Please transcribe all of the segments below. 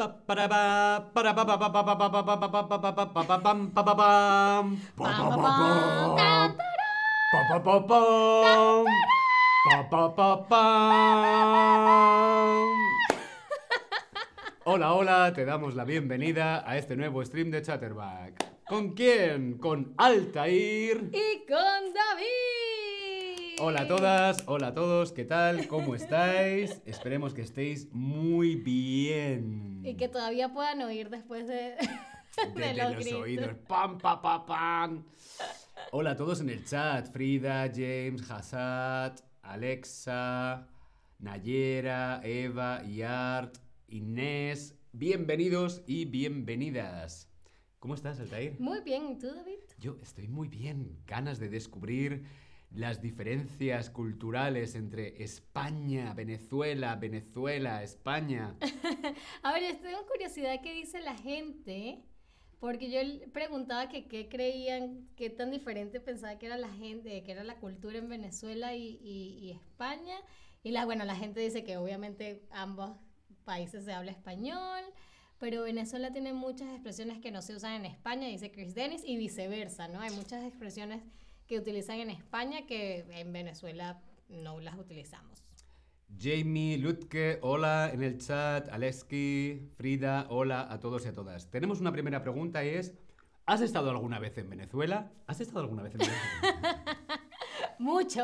Pa para pa para pa pa pa pa pa pa pa pa pa pa pa pa pa pa pam pa pa pam pa Pam, pa pam, pa pam, tan, pam pa pa pa pam pa pa pa pam. Hola, hola, te damos la bienvenida a este nuevo stream de Chatterback. ¿Con quién? Con Altair. Y con David. Hola a todas, hola a todos, ¿qué tal? ¿Cómo estáis? Esperemos que estéis muy bien. Y que todavía puedan oír después de Desde los los gritos. oídos. ¡Pam, pa, pa, pam! Hola a todos en el chat. Frida, James, Hassad, Alexa, Nayera, Eva, Yart, Inés. Bienvenidos y bienvenidas. ¿Cómo estás, Altair? Muy bien, ¿y tú, David? Yo estoy muy bien. Ganas de descubrir las diferencias culturales entre España, Venezuela, Venezuela, España. A ver, yo tengo curiosidad qué dice la gente, porque yo preguntaba que qué creían, qué tan diferente pensaba que era la gente, que era la cultura en Venezuela y España. Y la gente dice que obviamente ambos países se habla español, pero Venezuela tiene muchas expresiones que no se usan en España, dice Chris Dennis, y viceversa, ¿no? Hay muchas expresiones que utilizan en España que en Venezuela no las utilizamos. Jamie, Lutke, hola en el chat, Aleski, Frida, hola a todos y a todas. Tenemos una primera pregunta y es, ¿has estado alguna vez en Venezuela? ¿Has estado alguna vez en Venezuela? Mucho.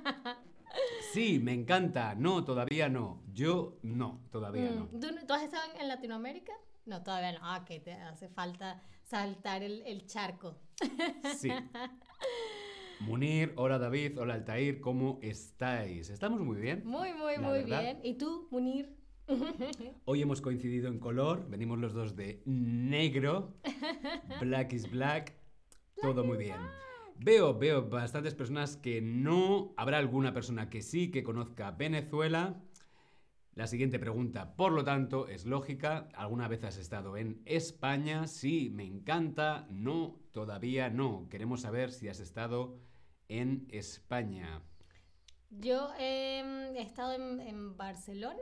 Sí, me encanta. No, todavía no. Yo no, todavía no. ¿Tú has estado en Latinoamérica? No, todavía no. Ah, que te hace falta saltar el charco. Sí. Munir, hola David, hola Altair, ¿cómo estáis? Estamos muy bien. Muy, muy, La muy verdad. bien. ¿Y tú, Munir? Hoy hemos coincidido en color, venimos los dos de negro, black is black, todo muy bien. Veo bastantes personas que no, habrá alguna persona que sí, que conozca Venezuela. La siguiente pregunta, por lo tanto, es lógica. ¿Alguna vez has estado en España? Sí, me encanta. No, todavía no. Queremos saber si has estado en España. Yo he estado en Barcelona,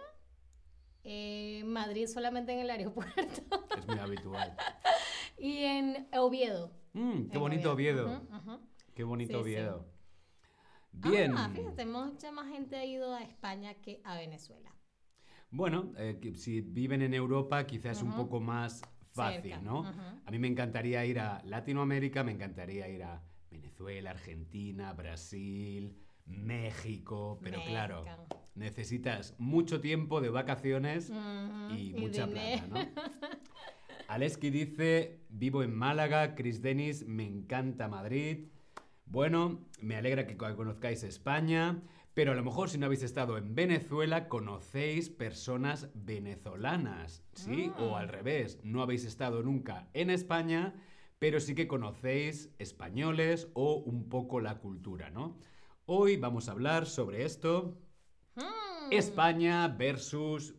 Madrid solamente en el aeropuerto Es muy habitual. y en Oviedo. Qué En bonito Oviedo. Ujú, ujú. Qué bonito Sí, sí. Oviedo. Bien. Ah, fíjate, mucha más gente ha ido a España que a Venezuela. Bueno, que si viven en Europa quizás es un Ujú. poco más fácil, Cerca. ¿no? Ujú. A mí me encantaría ir a Latinoamérica, me encantaría ir a Venezuela, Argentina, Brasil, México, pero claro, México. necesitas mucho tiempo de vacaciones Ujú. y mucha dinero. plata, ¿no? Aleski dice, vivo en Málaga, Chris Dennis, me encanta Madrid. Bueno, me alegra que conozcáis España, pero a lo mejor si no habéis estado en Venezuela, conocéis personas venezolanas, ¿sí? O al revés, no habéis estado nunca en España, pero sí que conocéis españoles o un poco la cultura, ¿no? Hoy vamos a hablar sobre esto, Hmm. España versus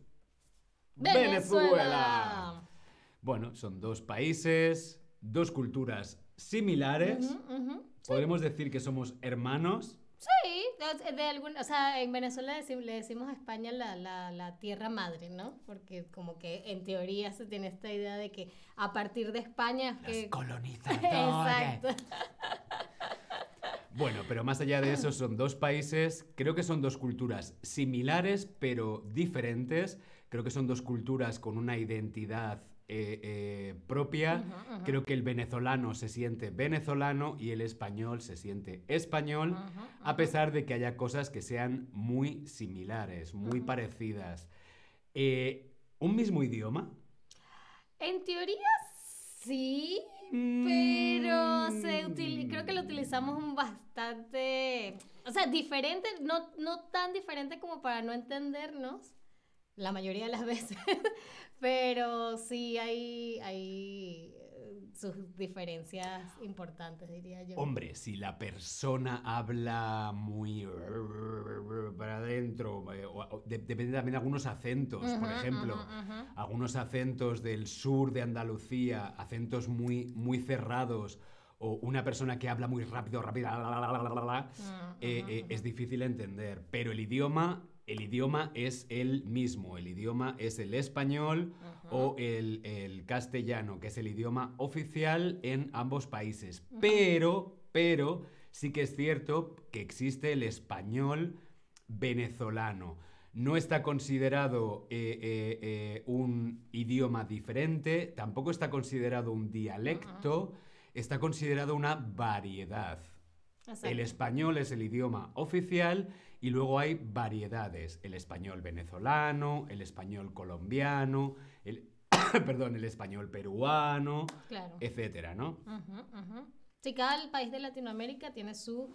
Venezuela. Venezuela. Bueno, son dos países, dos culturas similares. Ujú, ujú. Sí, Podremos decir que somos hermanos. sí, o sea, en Venezuela le decimos a España la tierra madre, ¿no? Porque como que en teoría se tiene esta idea de que a partir de España es Los que... colonizadores. Exacto. Bueno, pero más allá de eso, son dos países, creo que son dos culturas similares, pero diferentes. Creo que son dos culturas con una identidad propia. Ujú, ujú. Creo que el venezolano se siente venezolano y el español se siente español, Ujú, a ujú. pesar de que haya cosas que sean muy similares, muy Ujú. parecidas. ¿Un mismo idioma? En teoría sí, pero creo que lo Mm. utilizamos bastante, o sea, diferente, no tan diferente como para no entendernos la mayoría de las veces, pero sí hay sus diferencias importantes, diría yo. Hombre, si la persona habla muy para adentro, depende también de algunos acentos, por Ujú, ejemplo, ujú, ujú. algunos acentos del sur de Andalucía, acentos muy, muy cerrados, o una persona que habla muy rápido, rápido, Mm, ujú, es ujú. difícil entender, pero el idioma el idioma es el mismo. El idioma es el español o el castellano, que es el idioma oficial en ambos países. Pero sí que es cierto que existe el español venezolano. No está considerado un idioma diferente, tampoco está considerado un dialecto, está considerado una variedad. Exacto. El español es el idioma oficial y luego hay variedades. El español venezolano, el español colombiano, perdón, el español peruano, Claro. etcétera, ¿no? Sí, cada país de Latinoamérica tiene su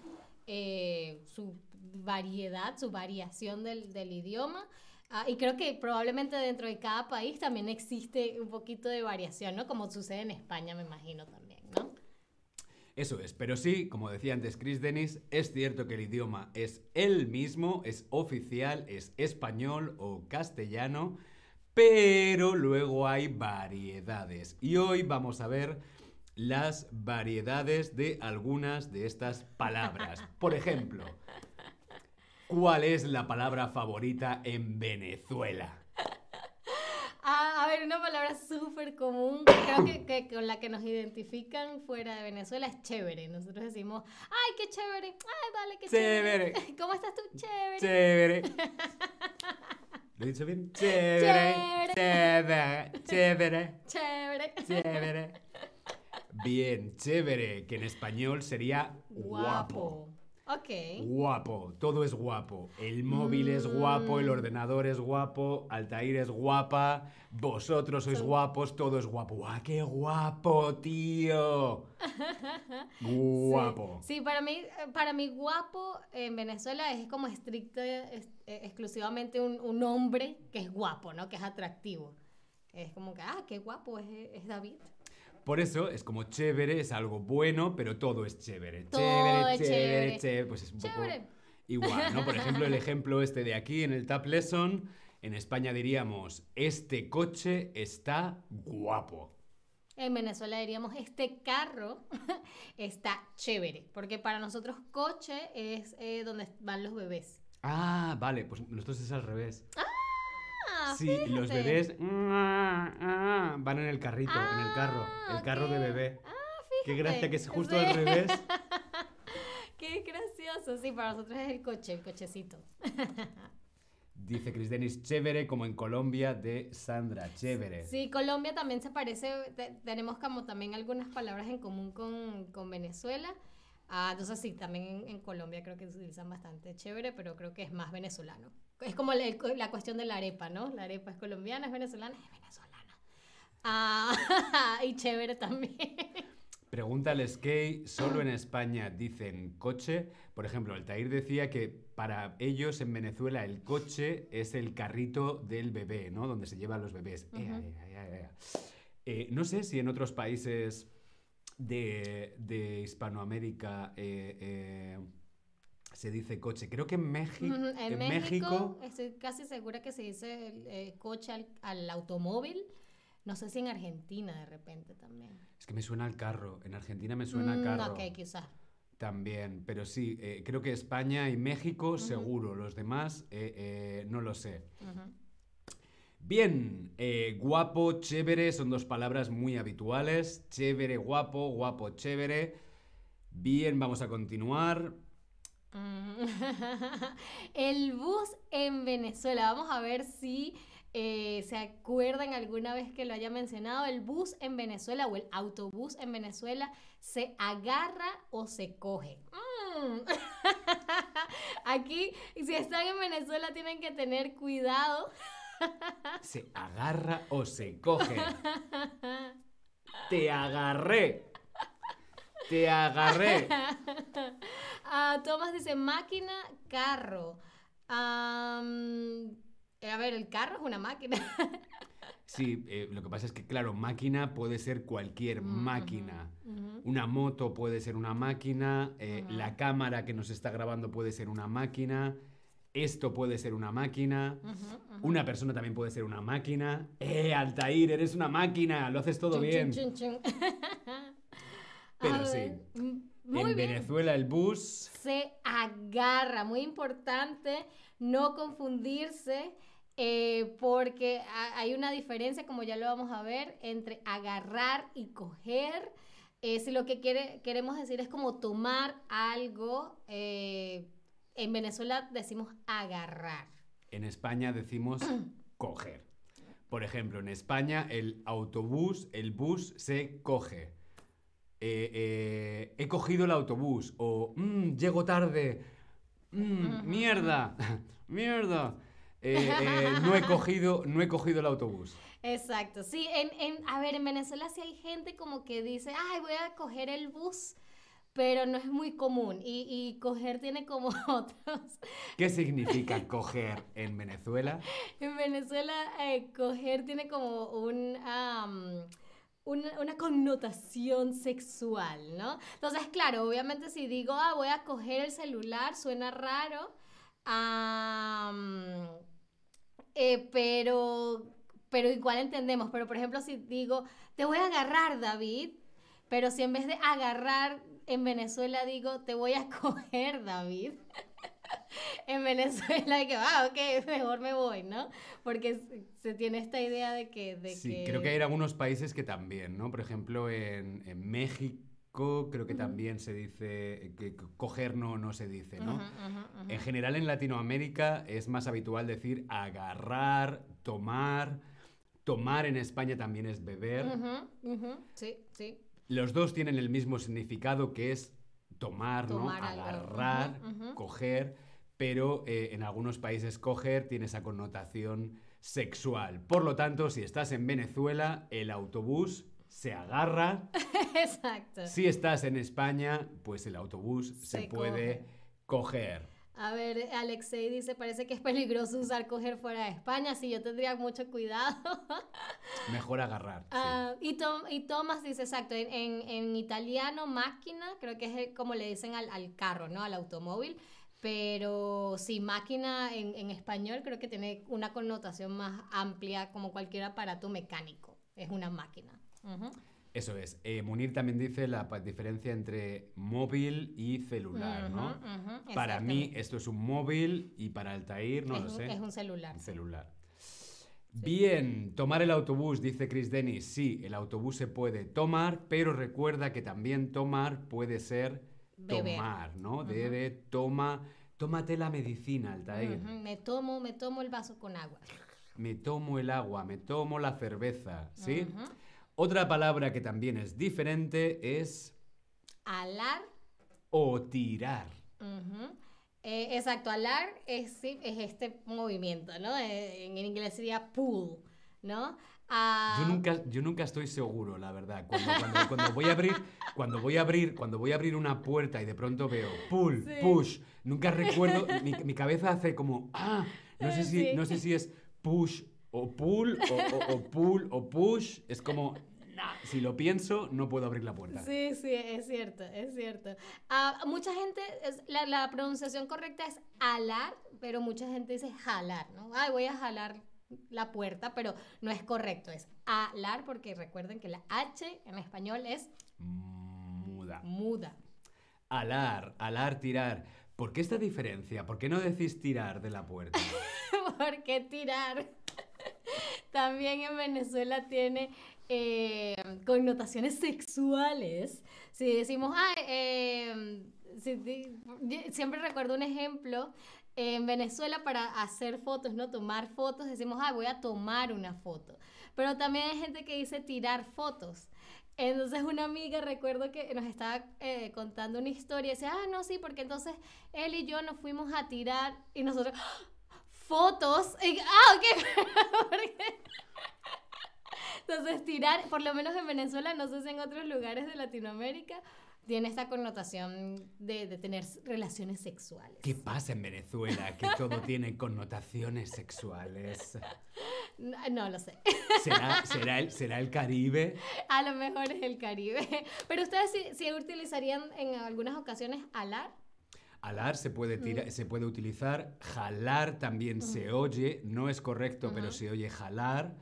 variedad, su variación del idioma. Y creo que probablemente dentro de cada país también existe un poquito de variación, ¿no? Como sucede en España, me imagino también, ¿no? Eso es, pero sí, como decía antes Chris Dennis, es cierto que el idioma es el mismo, es oficial, es español o castellano, pero luego hay variedades. Y hoy vamos a ver las variedades de algunas de estas palabras. Por ejemplo, ¿cuál es la palabra favorita en Venezuela? A ver, una palabra súper común, creo que con la que nos identifican fuera de Venezuela es chévere. Nosotros decimos, ¡ay, qué chévere! ¡Ay, vale, qué chévere! Chévere. ¿Cómo estás tú? Chévere. Chévere. ¿Lo he dicho bien? Chévere. Chévere. Chévere. Chévere. Chévere. Bien, chévere, que en español sería guapo. Ok. Guapo, todo es guapo. El móvil es guapo, el ordenador es guapo, Altair es guapa, vosotros sois guapos, todo es guapo. ¡Guau, qué guapo, tío! Guapo. Sí, para mí guapo en Venezuela es como exclusivamente un hombre que es guapo, ¿no? Que es atractivo. Es como que, qué guapo es David. Por eso es como chévere, es algo bueno, pero todo es chévere. Todo Chévere, es chévere, chévere. chévere. Pues es un Chévere. poco igual, ¿no? Por ejemplo, el ejemplo este de aquí en el Tab Lesson, en España diríamos, este coche está guapo. En Venezuela diríamos, este carro está chévere, porque para nosotros coche es donde van los bebés. Ah, vale, pues nosotros es al revés. Sí, Fíjate. los bebés van en el carrito, en el carro. El carro de bebé. Fíjate. Qué gracia que es justo Sí. al revés. Qué gracioso. Sí, para nosotros es el coche, el cochecito. Dice Chris Dennis, chévere, como en Colombia de Sandra, chévere. Sí, Colombia también se parece, tenemos como también algunas palabras en común con Venezuela. Entonces sí, también en Colombia creo que se utilizan bastante chévere, pero creo que es más venezolano. Es como la cuestión de la arepa, ¿no? La arepa es colombiana, es venezolana. Y chévere también. Pregúntale, Skate, solo en España dicen coche. Por ejemplo, Altair decía que para ellos en Venezuela el coche es el carrito del bebé, ¿no? Donde se llevan los bebés. No sé si en otros países de Hispanoamérica se dice coche. Creo que en México. En México estoy casi segura que se dice coche al automóvil. No sé si en Argentina de repente también. Es que me suena al carro. En Argentina me suena a carro. Ok, quizás. También, pero sí, creo que España y México seguro. Los demás no lo sé. Bien, guapo, chévere son dos palabras muy habituales. Chévere, guapo, guapo, chévere. Bien, vamos a continuar. El bus en Venezuela. Vamos a ver si se acuerdan alguna vez que lo haya mencionado. El bus en Venezuela o el autobús en Venezuela se agarra o se coge. Aquí, si están en Venezuela, tienen que tener cuidado. ¿Se agarra o se coge? ¡Te agarré! ¡Te agarré! Tomás dice máquina, carro. A ver, el carro es una máquina. Sí, lo que pasa es que, claro, máquina puede ser cualquier máquina. Una moto puede ser una máquina, la cámara que nos está grabando puede ser una máquina, esto puede ser una máquina, una persona también puede ser una máquina. Altair, eres una máquina, lo haces todo bien. Chun, chun, chun. Pero sí. Muy en bien. Venezuela el bus... Se agarra, muy importante no confundirse porque hay una diferencia, como ya lo vamos a ver, entre agarrar y coger. Si lo que queremos decir es como tomar algo, en Venezuela decimos agarrar. En España decimos coger. Por ejemplo, en España el bus se coge. He cogido el autobús o llego tarde, mierda, mierda. No he cogido el autobús. Exacto, sí, a ver, en Venezuela sí hay gente como que dice, ay, voy a coger el bus, pero no es muy común y coger tiene como otros. ¿Qué significa coger en Venezuela? En Venezuela coger tiene como una connotación sexual, ¿no? Entonces, claro, obviamente si digo, voy a coger el celular, suena raro, am, pero igual entendemos. Pero, por ejemplo, si digo, te voy a agarrar, David, pero si en vez de agarrar en Venezuela digo, te voy a coger, David. En Venezuela de que, ok, mejor me voy, ¿no? Porque se tiene esta idea de que... Sí, creo que hay algunos países que también, ¿no? Por ejemplo, en México creo que también se dice que coger no se dice, ¿no? En general en Latinoamérica es más habitual decir agarrar, tomar. Tomar en España también es beber. Sí, sí. Los dos tienen el mismo significado que es tomar, ¿no? Tomar algo. Agarrar, coger, pero en algunos países coger tiene esa connotación sexual. Por lo tanto, si estás en Venezuela, el autobús se agarra. Exacto. Si estás en España, pues el autobús se puede coger. A ver, Alexei dice, parece que es peligroso usar coger fuera de España, sí, yo tendría mucho cuidado. Mejor agarrar. Sí. Y Thomas dice, exacto, en italiano máquina, creo que es como le dicen al carro, ¿no? Al automóvil, pero sí, máquina en español creo que tiene una connotación más amplia como cualquier aparato mecánico, es una máquina. Eso es. Munir también dice la diferencia entre móvil y celular, ¿no? Para mí esto es un móvil y para Altair no lo sé. Es un celular. Un celular. Sí. Bien, tomar el autobús, dice Chris Dennis. Sí, el autobús se puede tomar, pero recuerda que también tomar puede ser beber. Tomar, ¿no? Tómate la medicina, Altair. Me tomo el vaso con agua. Me tomo el agua, me tomo la cerveza, ¿sí? Otra palabra que también es diferente es... alar. O tirar. Exacto, alar es este movimiento, ¿no? En inglés sería pull, ¿no? Yo nunca estoy seguro, la verdad. Cuando voy a abrir una puerta y de pronto veo pull, push, nunca recuerdo, mi cabeza hace como, no sé si es push o pull, o pull o push, es como, si lo pienso, no puedo abrir la puerta. Sí, es cierto. Mucha gente, la pronunciación correcta es alar, pero mucha gente dice jalar, ¿no? Voy a jalar la puerta, pero no es correcto, es alar, porque recuerden que la H en español es muda. Alar, tirar. ¿Por qué esta diferencia? ¿Por qué no decís tirar de la puerta? Porque tirar también en Venezuela tiene connotaciones sexuales. Si decimos, siempre recuerdo un ejemplo. En Venezuela para hacer fotos, ¿no? Tomar fotos, decimos, voy a tomar una foto. Pero también hay gente que dice tirar fotos. Entonces una amiga, recuerdo que nos estaba contando una historia y decía, no, sí, porque entonces él y yo nos fuimos a tirar y nosotros, fotos. Ok. Entonces tirar, por lo menos en Venezuela, no sé si en otros lugares de Latinoamérica, tiene esta connotación de tener relaciones sexuales. ¿Qué pasa en Venezuela? Que todo tiene connotaciones sexuales. No lo sé. ¿Será el Caribe? A lo mejor es el Caribe. Pero ustedes sí utilizarían en algunas ocasiones alar. Alar se puede utilizar. Jalar también se oye. No es correcto, pero se oye jalar.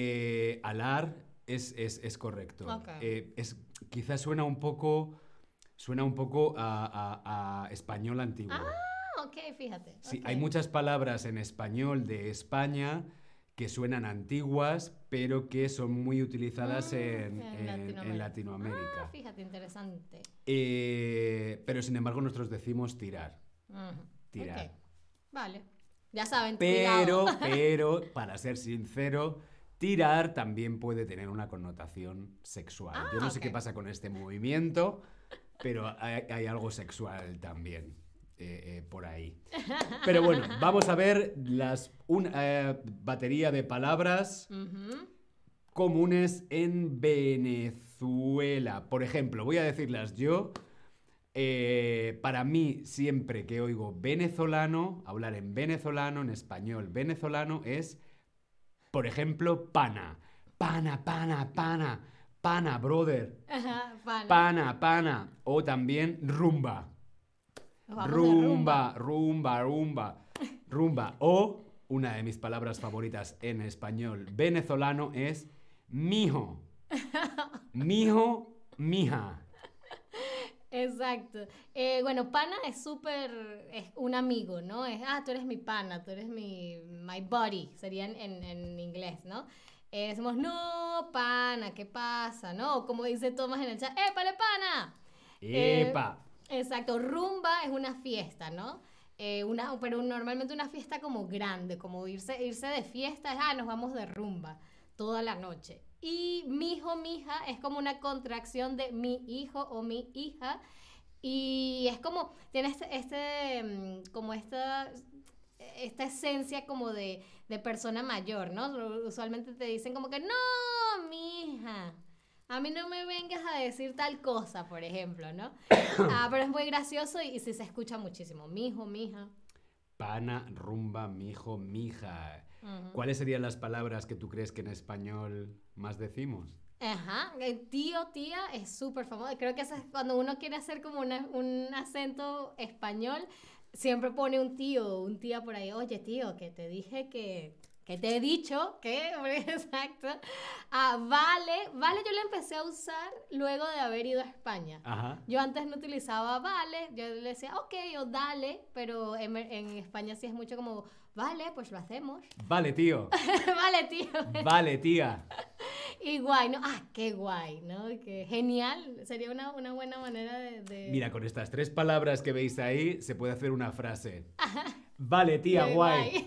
Alar es correcto. Okay. Quizás suena un poco Suena un poco a español antiguo. Ah, ok, fíjate. Sí, Ok. hay muchas palabras en español de España que suenan antiguas, pero que son muy utilizadas en Latinoamérica. Latinoamérica. Ah, fíjate, interesante. Pero sin embargo nosotros decimos tirar. Ujú, Tirar. ok, vale. Ya saben, cuidado. Pero, para ser sincero, tirar también puede tener una connotación sexual. Yo no sé ok. qué pasa con este movimiento, pero hay algo sexual también por ahí. Pero bueno, vamos a ver una batería de palabras Ujú. comunes en Venezuela. Por ejemplo, voy a decirlas yo. Para mí, siempre que oigo venezolano, hablar en venezolano, en español venezolano, es, por ejemplo, pana. Pana, pana, pana. Pana, brother. Ajá, pana. Pana, pana. O también rumba. Nos vamos de rumba. Rumba. Rumba. O, una de mis palabras favoritas en español venezolano es mijo. Mijo, mija. Exacto. Bueno, pana es súper, es un amigo, ¿no? Tú eres mi pana, tú eres my buddy, sería en inglés, ¿no? Decimos, no, pana, ¿qué pasa? ¿No? O como dice Tomás en el chat, ¡épale, pana! Epa. Exacto, rumba es una fiesta, ¿no? Pero normalmente una fiesta como grande, como irse de fiesta, nos vamos de rumba toda la noche. Y mijo, mija es como una contracción de mi hijo o mi hija. Y es como, tiene como esta esencia como de persona mayor, ¿no? Usualmente te dicen como que, no, mija, a mí no me vengas a decir tal cosa, por ejemplo, ¿no? Pero es muy gracioso y sí se escucha muchísimo. Mijo, mija. Pana, rumba, mijo, mija. Ujú. ¿Cuáles serían las palabras que tú crees que en español más decimos? Ajá, tío, tía es súper famoso. Creo que eso es cuando uno quiere hacer como un acento español, siempre pone un tío o un tía por ahí. Oye, tío, que te dije que te he dicho que, exacto. Vale, yo lo empecé a usar luego de haber ido a España. Ajá. Yo antes no utilizaba vale, yo le decía ok o dale, pero en España sí es mucho como, vale, pues lo hacemos. Vale, tío. Vale, tío. Vale, tía. Y guay, ¿no? Qué guay, ¿no? Que genial. Sería una buena manera de... Mira, con estas 3 palabras que veis ahí, se puede hacer una frase. Vale, tía, de guay.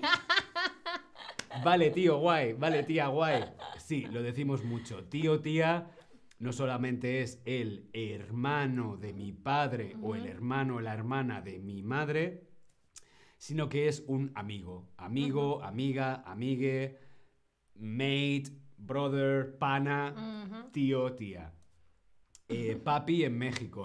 Vale, tío, guay. Vale, tía, guay. Sí, lo decimos mucho. Tío, tía, no solamente es el hermano de mi padre o el hermano o la hermana de mi madre, sino que es un amigo. Amigo, amiga, amigue, mate, brother, pana, tío, tía. Papi en México.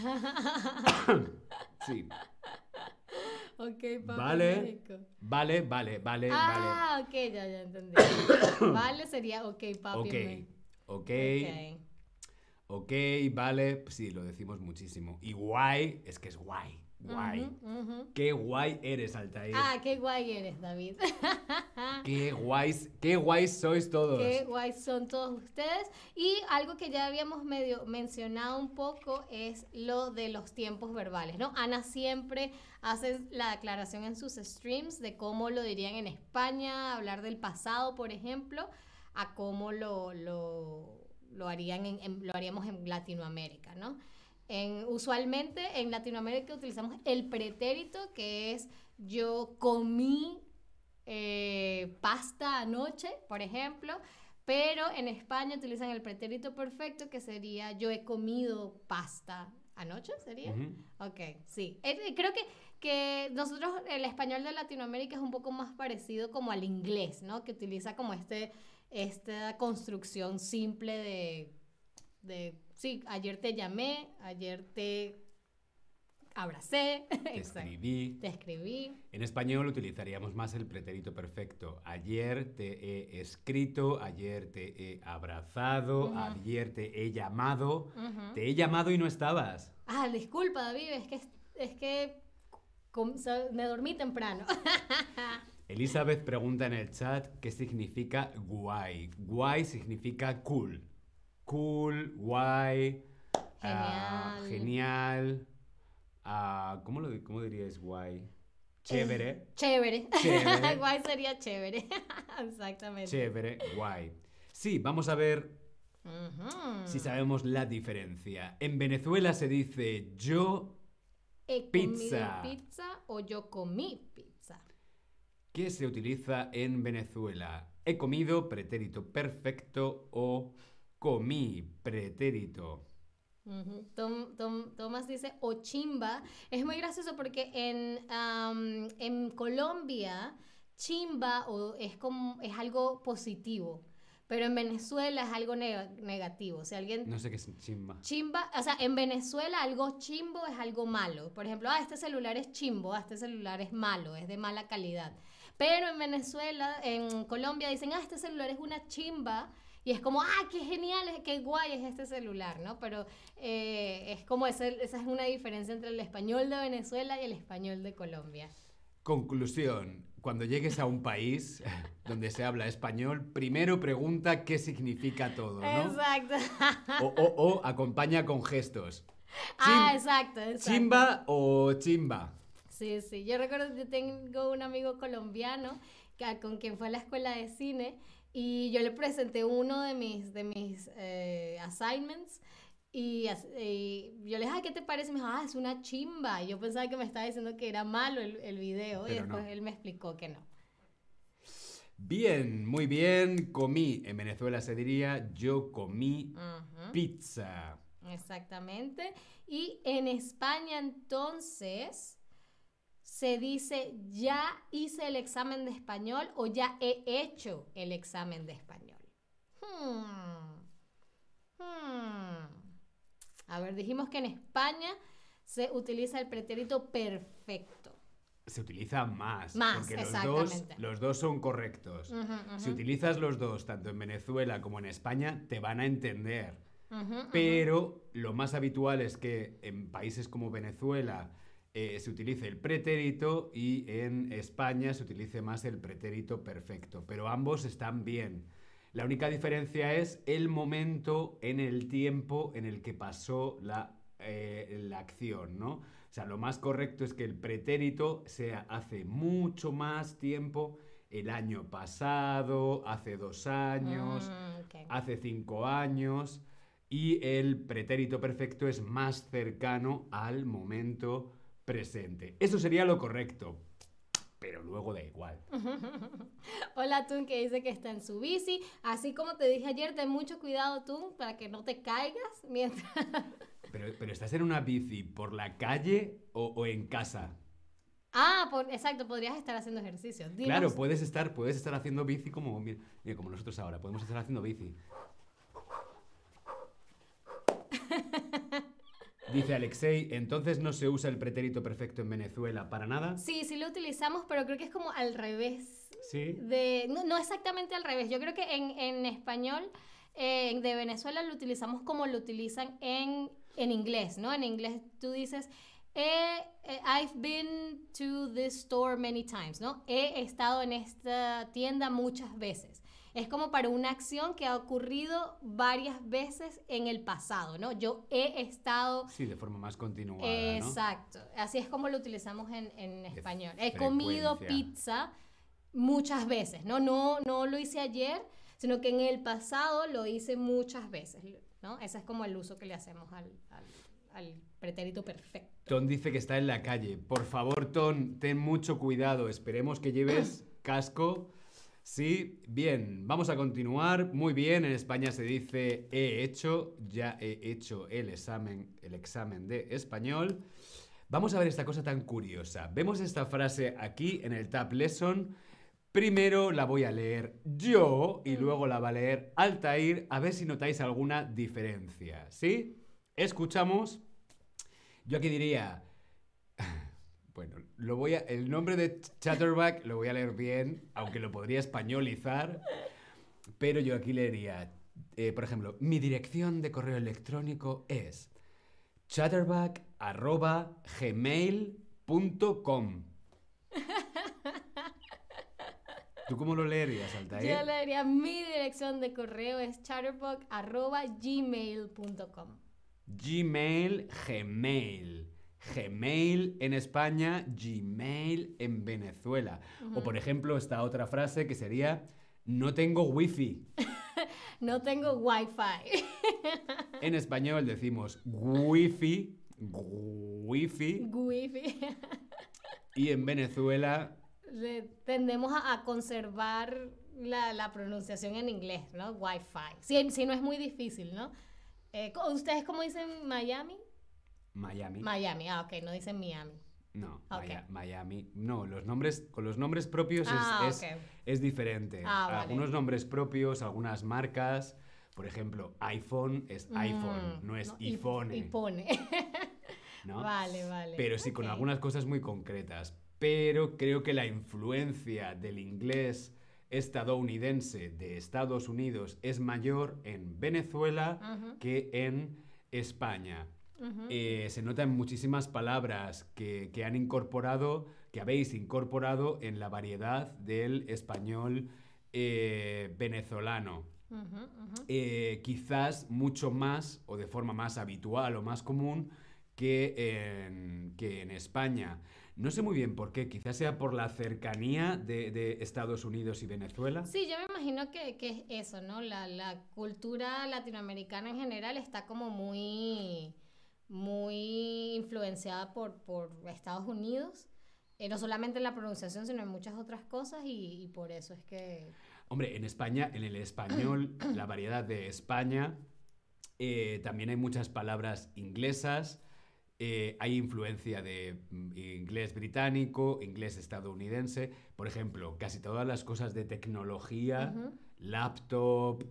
Sí. Ok, papi Vale. México. Vale. Ok, ya entendí. Vale sería ok, papi Ok. México. Ok. Ok, vale. Sí, lo decimos muchísimo. Y guay, es que es guay. Guay. Qué guay eres, Altair. Qué guay eres, David. Qué guays sois todos. Qué guay son todos ustedes. Y algo que ya habíamos medio mencionado un poco es lo de los tiempos verbales, ¿no? Ana siempre hace la aclaración en sus streams de cómo lo dirían en España, hablar del pasado, por ejemplo, a cómo lo haríamos en Latinoamérica, ¿no? Usualmente en Latinoamérica utilizamos el pretérito, que es yo comí pasta anoche, por ejemplo, pero en España utilizan el pretérito perfecto, que sería yo he comido pasta anoche, ¿sería? Ok, sí. Creo que nosotros, el español de Latinoamérica es un poco más parecido como al inglés, ¿no? Que utiliza como esta construcción simple sí, ayer te llamé, ayer te abracé, te escribí. En español utilizaríamos más el pretérito perfecto. Ayer te he escrito, ayer te he abrazado, ayer te he llamado. Te he llamado y no estabas. Disculpa, David, es que me dormí temprano. Elizabeth pregunta en el chat qué significa guay. Guay significa cool. Cool, guay, Genial. ¿Cómo diríais guay? Chévere. Chévere. Chévere. Guay sería chévere. Exactamente. Chévere, guay. Sí, vamos a ver Ujú. si sabemos la diferencia. En Venezuela se dice yo, ¿He Pizza. comido pizza o yo comí pizza? ¿qué se utiliza en Venezuela? He comido, pretérito perfecto, o comí, pretérito. Ujú. Tomás dice o chimba. Es muy gracioso porque en Colombia chimba es algo positivo, pero en Venezuela es algo negativo. O sea, alguien No sé qué es chimba. chimba, o sea, en Venezuela algo chimbo es algo malo. Por ejemplo, este celular es chimbo, este celular es malo, es de mala calidad. Pero en Venezuela, en Colombia dicen, este celular es una chimba. Y es como, qué genial, qué guay es este celular, ¿no? Pero es como esa es una diferencia entre el español de Venezuela y el español de Colombia. Conclusión. Cuando llegues a un país donde se habla español, primero pregunta qué significa todo, ¿no? Exacto. O acompaña con gestos. Exacto. ¿Chimba o chimba? Sí, sí. Yo recuerdo que tengo un amigo colombiano con quien fue a la escuela de cine y yo le presenté uno de mis assignments y yo le dije, ¿qué te parece? Y me dijo, es una chimba. Y yo pensaba que me estaba diciendo que era malo el video y Pero después no. él me explicó que no. Bien, muy bien. Comí. En Venezuela se diría yo comí Ujú. pizza. Exactamente. Y en España entonces se dice ya hice el examen de español o ya he hecho el examen de español. A ver, dijimos que en España se utiliza el pretérito perfecto. Se utiliza más, Más, porque exactamente. los dos son correctos. Ujú, ujú. Si utilizas los dos, tanto en Venezuela como en España, te van a entender. Ujú, ujú. Pero lo más habitual es que en países como Venezuela se utilice el pretérito y en España se utilice más el pretérito perfecto. Pero ambos están bien. La única diferencia es el momento en el tiempo en el que pasó la acción, ¿no? O sea, lo más correcto es que el pretérito sea hace mucho más tiempo, el año pasado, hace 2 años, Ok. hace 5 años, y el pretérito perfecto es más cercano al momento presente. Eso sería lo correcto, pero luego da igual. Hola Tun que dice que está en su bici. Así como te dije ayer, ten mucho cuidado Tun para que no te caigas mientras... Pero ¿estás en una bici por la calle o en casa? Exacto, podrías estar haciendo ejercicio. Dinos. Claro, puedes estar haciendo bici como, mira, como nosotros ahora, podemos estar haciendo bici. Dice Alexei, entonces no se usa el pretérito perfecto en Venezuela para nada. Sí, sí lo utilizamos, pero creo que es como al revés. Sí. No exactamente al revés. Yo creo que en español de Venezuela lo utilizamos como lo utilizan en inglés, ¿no? En inglés tú dices, I've been to this store many times, ¿no? He estado en esta tienda muchas veces. Es como para una acción que ha ocurrido varias veces en el pasado, ¿no? Yo he estado... Sí, de forma más continuada, Exacto. Así es como lo utilizamos en español. He frecuencia. comido pizza muchas veces, ¿no? No lo hice ayer, sino que en el pasado lo hice muchas veces, ¿no? Ese es como el uso que le hacemos al pretérito perfecto. Ton dice que está en la calle. Por favor, Ton, ten mucho cuidado. Esperemos que lleves casco. Sí, bien, vamos a continuar. Muy bien, en España se dice ya he hecho el examen de español. Vamos a ver esta cosa tan curiosa. Vemos esta frase aquí en el Tab Lesson. Primero la voy a leer yo y luego la va a leer Altair, a ver si notáis alguna diferencia. ¿Sí? Escuchamos. Yo aquí diría... Bueno, el nombre de Chatterback lo voy a leer bien, aunque lo podría españolizar, pero yo aquí leería, por ejemplo, mi dirección de correo electrónico es chatterback@gmail.com. ¿Tú cómo lo leerías, Altair? Yo le diría, mi dirección de correo es chatterbox@gmail.com. Gmail, Gmail. Gmail en España, Gmail en Venezuela. O por ejemplo, esta otra frase que sería, no tengo wifi. No tengo wifi. En español decimos wifi, wifi. Wifi. Y en Venezuela, Tendemos a conservar la pronunciación en inglés, ¿no? Wi-Fi. Si no es muy difícil, ¿no? ¿Ustedes cómo dicen Miami? Miami. Miami, ok, no dicen Miami. No, Ok. Miami. No, con los nombres propios Ok. es diferente. Vale. Algunos nombres propios, algunas marcas. Por ejemplo, iPhone es iPhone, no es iPhone. iPhone. ¿No? Vale. Pero sí, con Ok. algunas cosas muy concretas. Pero creo que la influencia del inglés estadounidense de Estados Unidos es mayor en Venezuela que en España. Se notan muchísimas palabras que han incorporado, que habéis incorporado en la variedad del español venezolano. Quizás mucho más o de forma más habitual o más común que en España. No sé muy bien por qué, quizás sea por la cercanía de Estados Unidos y Venezuela. Sí, yo me imagino que es eso, ¿no? La cultura latinoamericana en general está como muy influenciada por Estados Unidos. No solamente en la pronunciación, sino en muchas otras cosas y por eso es que... Hombre, en España, en el español, la variedad de España, también hay muchas palabras inglesas, hay influencia de inglés británico, inglés estadounidense. Por ejemplo, casi todas las cosas de tecnología, laptop,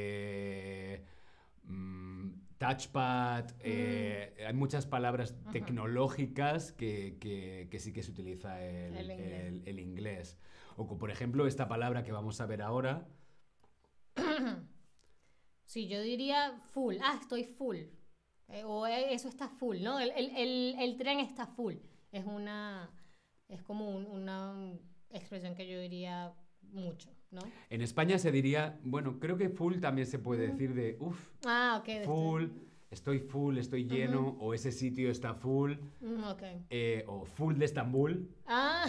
touchpad, hay muchas palabras tecnológicas que sí que se utiliza el inglés. O por ejemplo, esta palabra que vamos a ver ahora. Sí, yo diría full. Ah, estoy full. Eso está full, ¿no? El tren está full. Es como una expresión que yo diría mucho, ¿no? En España se diría, bueno, creo que full también se puede decir de, uff, Ah, ok. full, estoy lleno, o ese sitio está full, Ok. o full de Estambul. Ah.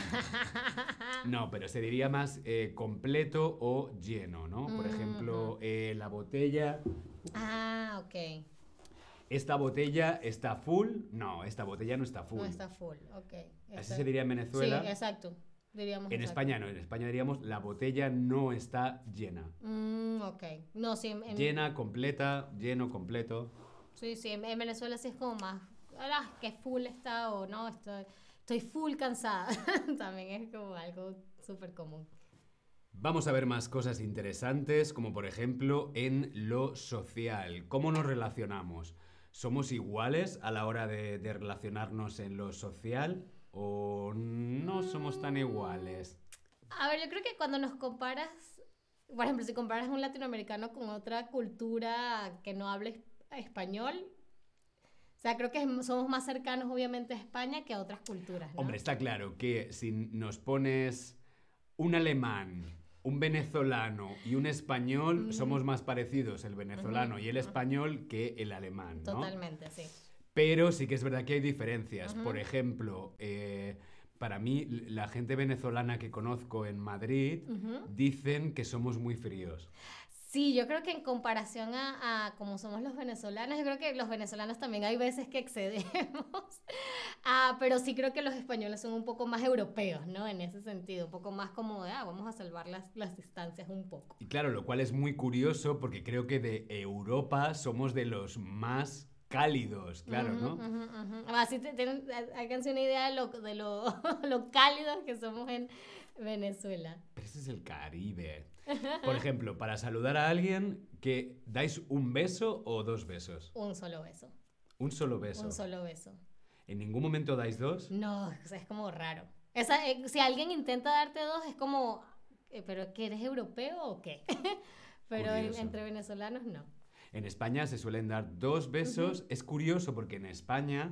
No, pero se diría más completo o lleno, ¿no? Por ejemplo, la botella. Ah, ok. ¿Esta botella está full? No, esta botella no está full. No está full, ok. Así se diría en Venezuela. Sí, exacto. Diríamos En exacto. España no, en España diríamos la botella no está llena. Ok. No, sí, Llena, completa, lleno, completo. sí, en Venezuela sí es como más, que full está o no, estoy full cansada. También es como algo súper común. Vamos a ver más cosas interesantes, como por ejemplo en lo social. ¿Cómo nos relacionamos? ¿Somos iguales a la hora de relacionarnos en lo social o no somos tan iguales? A ver, yo creo que cuando nos comparas, por ejemplo, si comparas a un latinoamericano con otra cultura que no hable español, o sea, creo que somos más cercanos obviamente a España que a otras culturas, ¿no? Hombre, está claro que si nos pones un alemán, un venezolano y un español, somos más parecidos el venezolano y el español que el alemán, ¿no? Totalmente, sí. Pero sí que es verdad que hay diferencias. Por ejemplo, para mí, la gente venezolana que conozco en Madrid dicen que somos muy fríos. Sí, yo creo que en comparación a como somos los venezolanos, yo creo que los venezolanos también hay veces que excedemos. Pero sí creo que los españoles son un poco más europeos, ¿no? En ese sentido, un poco más como de, vamos a salvar las distancias un poco. Y claro, lo cual es muy curioso porque creo que de Europa somos de los más cálidos, claro, ¿no? Así háganse una idea de lo cálidos que somos en Venezuela. Pero ese es el Caribe. Por ejemplo, para saludar a alguien, que ¿dais un beso o dos besos? Un solo beso. Un solo beso. Un solo beso. ¿En ningún momento dais dos? No, o sea, es como raro. Si alguien intenta darte dos, es como, ¿pero que eres europeo o qué? Pero entre venezolanos no. En España se suelen dar dos besos. Es curioso porque en España,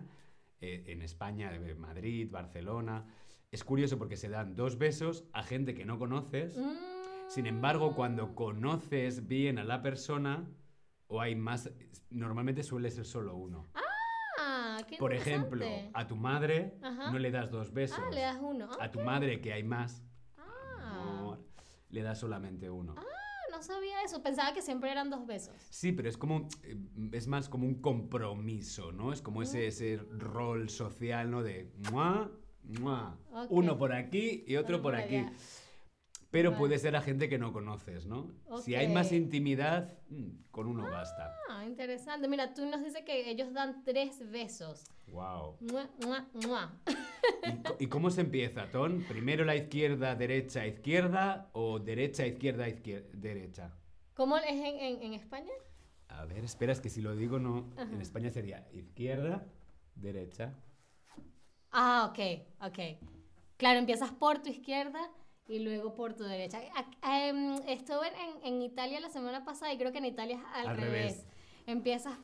Madrid, Barcelona, es curioso porque se dan dos besos a gente que no conoces. Sin embargo, cuando conoces bien a la persona, o hay más, normalmente suele ser solo uno. Ah, qué Por ejemplo, interesante. a tu madre Ajá. no le das 2 besos. Ah, le das uno. A tu Ok. madre, que hay más, Ah, amor, le das solamente uno. no sabía eso. Pensaba que siempre eran 2 besos. Sí, pero es como, es más como un compromiso, ¿no? Es como ese rol social, ¿no? De, ¡mua! ¡Mua! Ok. Uno por aquí y otro Otro por por aquí. allá. Pero Vale. puede ser a gente que no conoces, ¿no? Si Ok. hay más intimidad, con uno basta. Ah, interesante. Mira, tú nos dices que ellos dan 3 besos. Wow. Mua, mua, mua. ¿Y cómo se empieza, Ton? ¿Primero la izquierda, derecha, izquierda o derecha, izquierda, derecha? ¿Cómo es en España? A ver, espera, es que si lo digo no... Ajá. En España sería izquierda, derecha. Ah, ok. Claro, empiezas por tu izquierda y luego por tu derecha. Estuve en Italia la semana pasada y creo que en Italia es al revés. Empiezas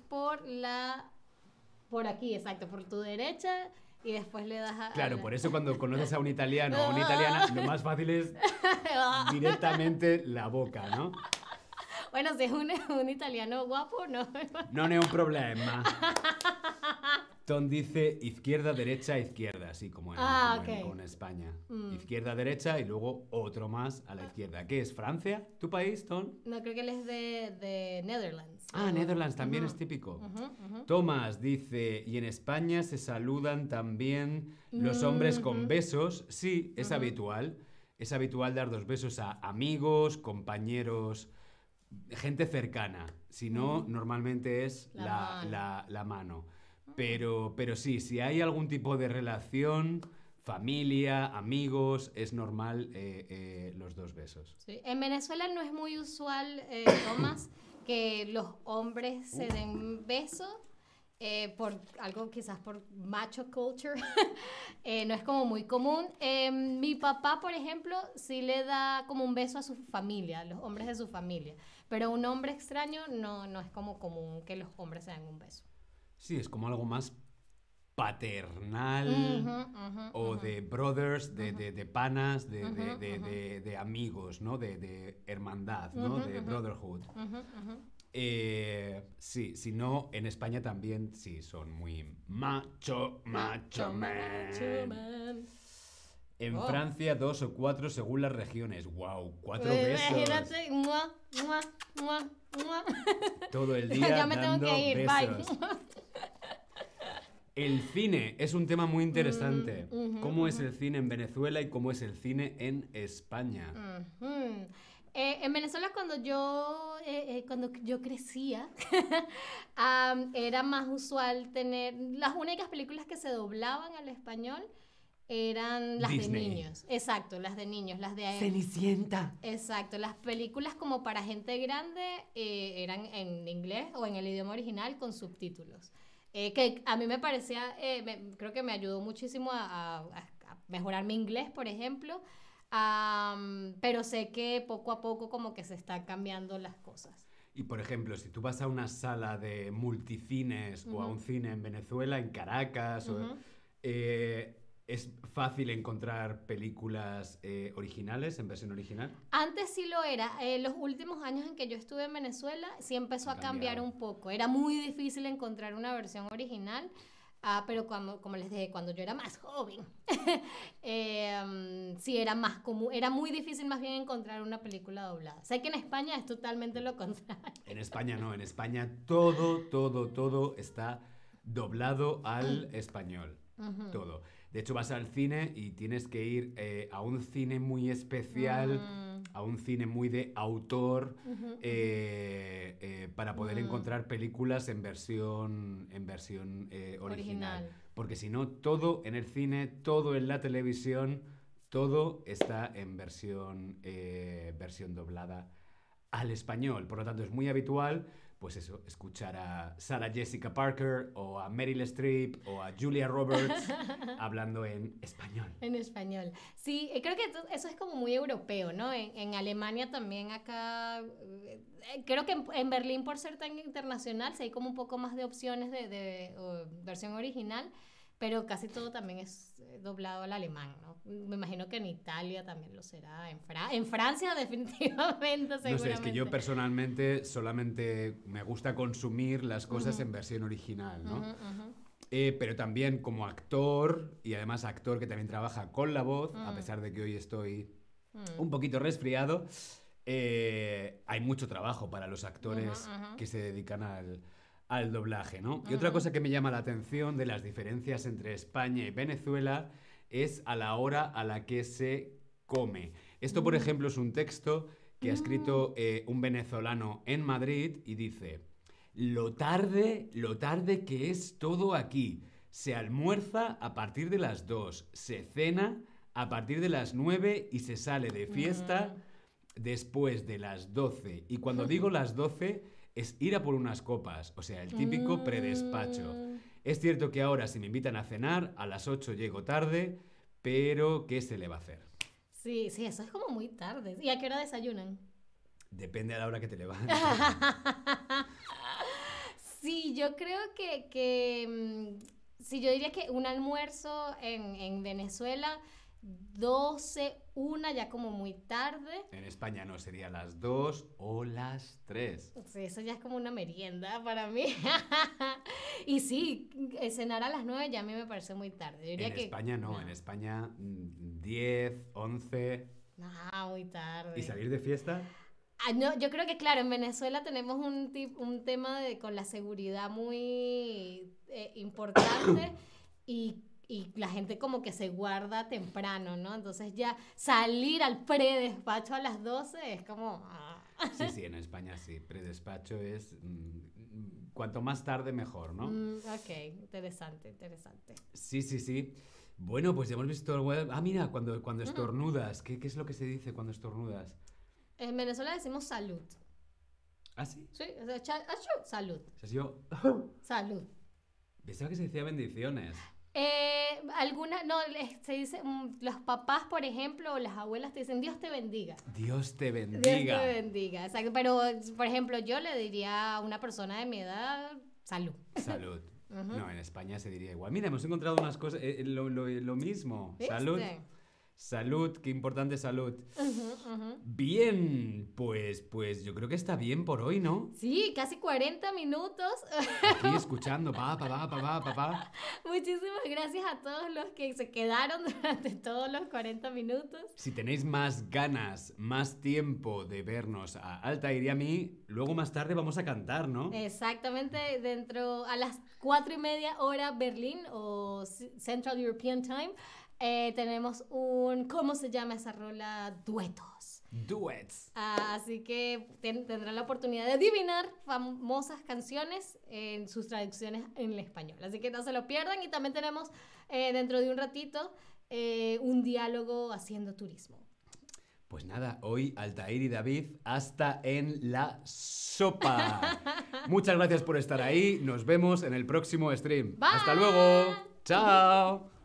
por aquí, exacto, por tu derecha y después le das a... Claro, la- por eso cuando conoces a un italiano o a una italiana, lo más fácil es directamente la boca, ¿no? Bueno, si es un italiano guapo, no. No es un problema. Ton dice izquierda, derecha, izquierda, así como como en España. Izquierda, derecha y luego otro más a la izquierda. ¿Qué es? ¿Francia? ¿Tu país, Ton? No, creo que él es de Netherlands. Ah, Netherlands también es típico. Tomás dice, y en España se saludan también los hombres con besos. Sí, es habitual. Es habitual dar 2 besos a amigos, compañeros, gente cercana. Si no, normalmente es la mano. Pero sí, si hay algún tipo de relación, familia, amigos, es normal los 2 besos. Sí. En Venezuela no es muy usual, Tomás, que los hombres se den besos. Por algo quizás por macho culture, no es como muy común. Mi papá, por ejemplo, sí le da como un beso a su familia, a los hombres de su familia, pero un hombre extraño no es como común que los hombres se den un beso. Sí, es como algo más paternal o Ujú. de brothers, de panas, de amigos, ¿no? De hermandad, ¿no? De brotherhood. Sí, si no, en España también sí, son muy macho man. En Oh. Francia 2 o 4 según las regiones. ¡Wow! 4 besos. Imagínate, mua, mua, mua, mua. Todo el día Ya me tengo dando que ir, besos. bye. El cine es un tema muy interesante. ¿Cómo es el cine en Venezuela y cómo es el cine en España? Ujú. En Venezuela cuando yo crecía, era más usual tener... Las únicas películas que se doblaban al español eran las Disney. de niños. Exacto, las de niños, las de... Cenicienta. Exacto, las películas como para gente grande eran en inglés o en el idioma original con subtítulos. Que a mí me parecía, creo que me ayudó muchísimo a mejorar mi inglés, por ejemplo. Pero sé que poco a poco como que se están cambiando las cosas. Y por ejemplo, si tú vas a una sala de multicines o a un cine en Venezuela, en Caracas, ¿es fácil encontrar películas originales, en versión original? Antes sí lo era. Los últimos años en que yo estuve en Venezuela sí empezó a cambiar Cambiado. un poco. Era muy difícil encontrar una versión original. Pero como les dije, cuando yo era más joven, sí era más común, era muy difícil más bien encontrar una película doblada. Sé que en España es totalmente lo contrario. En España no, en España todo está doblado al español. Todo. De hecho, vas al cine y tienes que ir a un cine muy especial, a un cine muy de autor, para poder encontrar películas en versión original. Porque si no, todo en el cine, todo en la televisión, todo está en versión doblada al español. Por lo tanto, es muy habitual, pues eso, escuchar a Sarah Jessica Parker o a Meryl Streep o a Julia Roberts hablando en español. En español. Sí, creo que eso es como muy europeo, ¿no? En Alemania también acá, creo que en Berlín por ser tan internacional, sí hay como un poco más de opciones de versión original. pero casi todo también es doblado al alemán, ¿no? Me imagino que en Italia también lo será, en Francia definitivamente, seguramente. No sé, es que yo personalmente solamente me gusta consumir las cosas en versión original, ¿no? Pero también como actor, y además actor que también trabaja con la voz, a pesar de que hoy estoy un poquito resfriado, hay mucho trabajo para los actores que se dedican al doblaje, ¿no? Y otra cosa que me llama la atención de las diferencias entre España y Venezuela es a la hora a la que se come. Esto, por ejemplo, es un texto que ha escrito un venezolano en Madrid y dice: lo tarde que es todo aquí. Se almuerza a partir de las 2, se cena a partir de las 9 y se sale de fiesta después de las 12. Y cuando digo las 12 es ir a por unas copas, o sea, el típico predespacho. Es cierto que ahora si me invitan a cenar, a las 8 llego tarde, pero ¿qué se le va a hacer? Sí, sí, eso es como muy tarde. ¿Y a qué hora desayunan? Depende a la hora que te levantes. Sí, yo creo sí, yo diría que un almuerzo en Venezuela, 12, 1, ya como muy tarde. En España no, sería las 2 o las 3. Sí, eso ya es como una merienda para mí. Y sí, cenar a las 9 ya a mí me parece muy tarde. Yo diría En que, España no, en España 10, 11. No, muy tarde. ¿Y salir de fiesta? No, yo creo que, claro, en Venezuela tenemos un tema con la seguridad muy importante y la gente como que se guarda temprano, ¿no? Entonces ya salir al predespacho a las 12 es como... Sí, en España sí. Predespacho es... cuanto más tarde, mejor, ¿no? Ok, interesante. Sí. Bueno, pues ya hemos visto el web. Ah, mira, cuando estornudas. ¿Qué es lo que se dice cuando estornudas? En Venezuela decimos salud. ¿Ah, sí? Sí, o sea, salud. O sea, yo... Salud. Pensaba que se decía bendiciones. Se dice, los papás, por ejemplo, o las abuelas te dicen, Dios te bendiga. Dios te bendiga. Dios te bendiga, exacto. Pero, por ejemplo, yo le diría a una persona de mi edad, salud. Salud. No, en España se diría igual. Mira, hemos encontrado unas cosas, lo mismo. ¿Viste? Salud, qué importante salud. Bien, pues yo creo que está bien por hoy, ¿no? Sí, casi 40 minutos. Aquí escuchando, papá. Muchísimas gracias a todos los que se quedaron durante todos los 40 minutos. Si tenéis más ganas, más tiempo de vernos a Altair y a mí, luego más tarde vamos a cantar, ¿no? Exactamente, a las 4:30 hora Berlín o Central European Time. Tenemos ¿cómo se llama esa rola? Duets. Así que tendrán la oportunidad de adivinar famosas canciones en sus traducciones en el español. Así que no se lo pierdan. Y también tenemos dentro de un ratito un diálogo haciendo turismo. Pues nada, hoy Altair y David hasta en la sopa. Muchas gracias por estar ahí. Nos vemos en el próximo stream. Bye. Hasta luego. Chao.